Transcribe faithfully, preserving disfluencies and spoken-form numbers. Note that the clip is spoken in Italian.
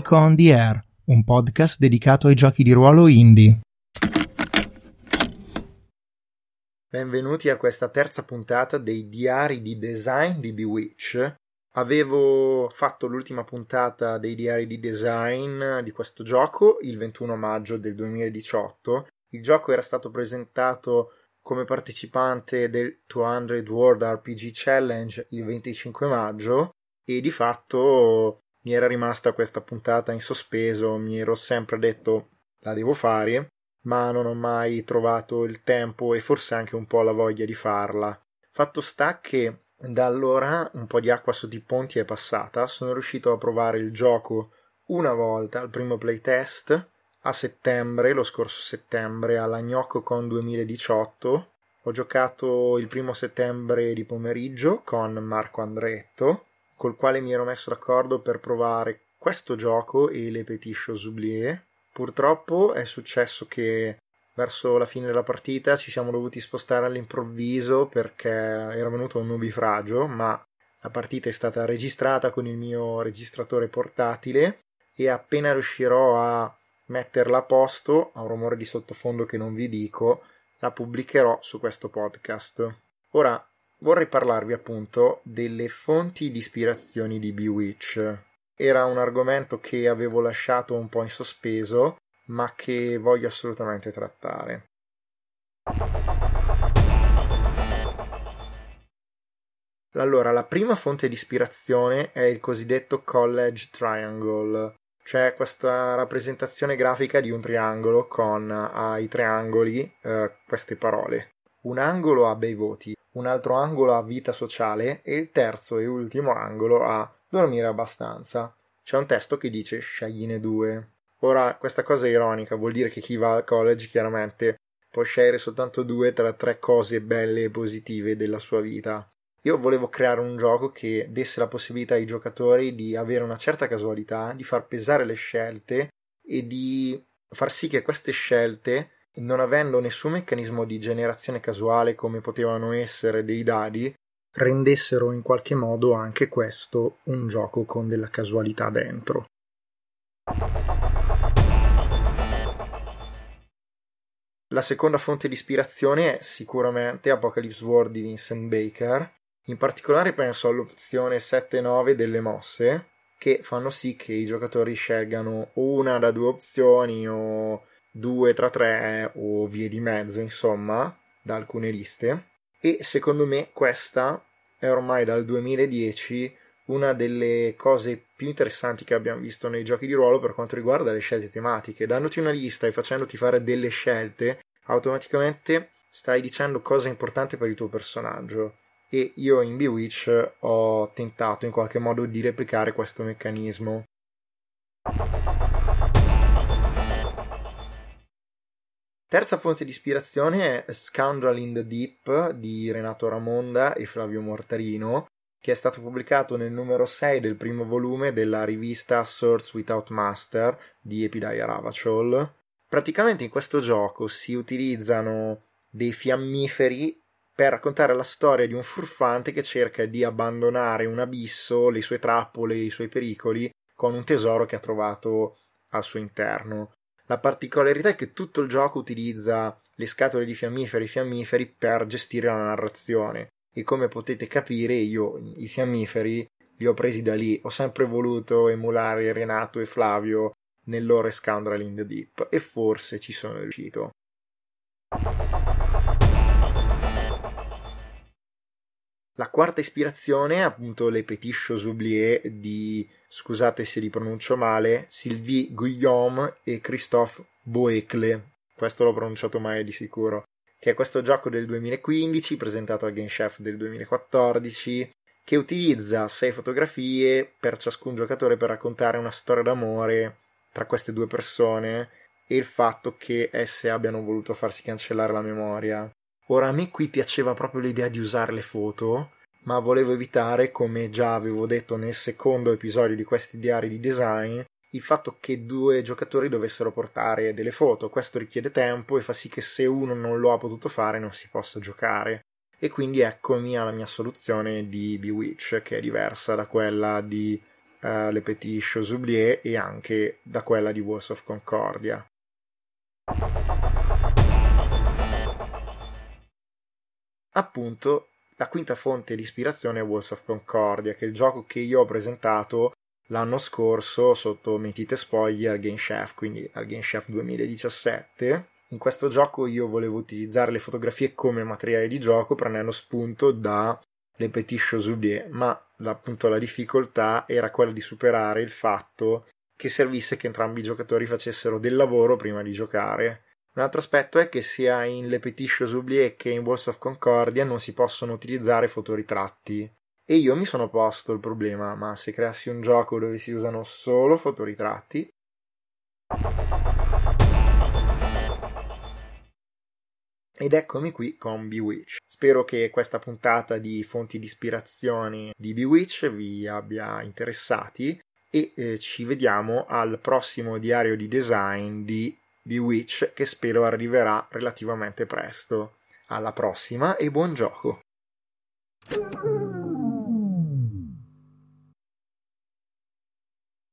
Nico on the Air, un podcast dedicato ai giochi di ruolo indie. Benvenuti a questa terza puntata dei diari di design di Bewitch. Avevo fatto l'ultima puntata dei diari di design di questo gioco il ventuno maggio del duemiladiciotto. Il gioco era stato presentato come partecipante del duecento World R P G Challenge il venticinque maggio e di fatto mi era rimasta questa puntata in sospeso. Mi ero sempre detto la devo fare, ma non ho mai trovato il tempo e forse anche un po' la voglia di farla. Fatto sta che da allora un po' di acqua sotto i ponti è passata. Sono riuscito a provare il gioco una volta al primo playtest a settembre, lo scorso settembre, alla GnoccoCon duemiladiciotto. Ho giocato il primo settembre di pomeriggio con Marco Andretto, col quale mi ero messo d'accordo per provare questo gioco e le Petit Choses Oubliées. Purtroppo è successo che verso la fine della partita ci siamo dovuti spostare all'improvviso perché era venuto un nubifragio, ma la partita è stata registrata con il mio registratore portatile e appena riuscirò a metterla a posto, a un rumore di sottofondo che non vi dico, la pubblicherò su questo podcast. Ora vorrei parlarvi appunto delle fonti di ispirazioni di Bewitch. Era un argomento che avevo lasciato un po' in sospeso, ma che voglio assolutamente trattare. Allora, la prima fonte di ispirazione è il cosiddetto College Triangle, cioè questa rappresentazione grafica di un triangolo con ai tre angoli eh, queste parole. Un angolo ha bei voti, un altro angolo ha vita sociale e il terzo e ultimo angolo ha dormire abbastanza. C'è un testo che dice scegliene due. Ora, questa cosa è ironica, vuol dire che chi va al college chiaramente può scegliere soltanto due tra tre cose belle e positive della sua vita. Io volevo creare un gioco che desse la possibilità ai giocatori di avere una certa casualità, di far pesare le scelte e di far sì che queste scelte, non avendo nessun meccanismo di generazione casuale come potevano essere dei dadi, rendessero in qualche modo anche questo un gioco con della casualità dentro. La seconda fonte di ispirazione è sicuramente Apocalypse World di Vincent Baker. In particolare penso all'opzione sette nove delle mosse, che fanno sì che i giocatori scelgano una da due opzioni o due tra tre o vie di mezzo, insomma, da alcune liste. E secondo me questa è ormai dal duemiladieci una delle cose più interessanti che abbiamo visto nei giochi di ruolo per quanto riguarda le scelte tematiche. Dandoti una lista e facendoti fare delle scelte, automaticamente stai dicendo cosa è importante per il tuo personaggio. E io in Bewitch ho tentato in qualche modo di replicare questo meccanismo. Terza fonte di ispirazione è Scoundrel in the Deep di Renato Ramonda e Flavio Mortarino, che è stato pubblicato nel numero sei del primo volume della rivista Swords Without Master di Epidaia Ravachol. Praticamente in questo gioco si utilizzano dei fiammiferi per raccontare la storia di un furfante che cerca di abbandonare un abisso, le sue trappole, i suoi pericoli, con un tesoro che ha trovato al suo interno. La particolarità è che tutto il gioco utilizza le scatole di fiammiferi fiammiferi per gestire la narrazione. E come potete capire io i fiammiferi li ho presi da lì. Ho sempre voluto emulare Renato e Flavio nel loro Scoundrel in the Deep e forse ci sono riuscito. La quarta ispirazione è appunto le Petit Choses Oubliées di, scusate se li pronuncio male, Sylvie Guillaume e Christophe Boecle. Questo l'ho pronunciato male di sicuro. Che è questo gioco del duemilaquindici, presentato al Game Chef del duemilaquattordici, che utilizza sei fotografie per ciascun giocatore per raccontare una storia d'amore tra queste due persone e il fatto che esse abbiano voluto farsi cancellare la memoria. Ora, a me qui piaceva proprio l'idea di usare le foto, ma volevo evitare, come già avevo detto nel secondo episodio di questi diari di design, il fatto che due giocatori dovessero portare delle foto. Questo richiede tempo e fa sì che se uno non lo ha potuto fare non si possa giocare. E quindi eccomi alla mia soluzione di Bewitch, che è diversa da quella di uh, Le Petit Choses Oubliées e anche da quella di Walls of Concordia. Appunto, la quinta fonte di ispirazione è Walls of Concordia, che è il gioco che io ho presentato l'anno scorso sotto Mentite Spoglie al Game Chef, quindi al Game Chef duemiladiciassette. In questo gioco io volevo utilizzare le fotografie come materiale di gioco prendendo spunto da Le Petit Choses Oubliées, ma appunto la difficoltà era quella di superare il fatto che servisse che entrambi i giocatori facessero del lavoro prima di giocare. Un altro aspetto è che sia in Le Petit Choses Oubliées che in Walls of Concordia non si possono utilizzare fotoritratti. E io mi sono posto il problema, ma se creassi un gioco dove si usano solo fotoritratti? Ed eccomi qui con Bewitch. Spero che questa puntata di fonti di ispirazione di Bewitch vi abbia interessati e eh, ci vediamo al prossimo diario di design di Bewitch, che spero arriverà relativamente presto. Alla prossima e buon gioco!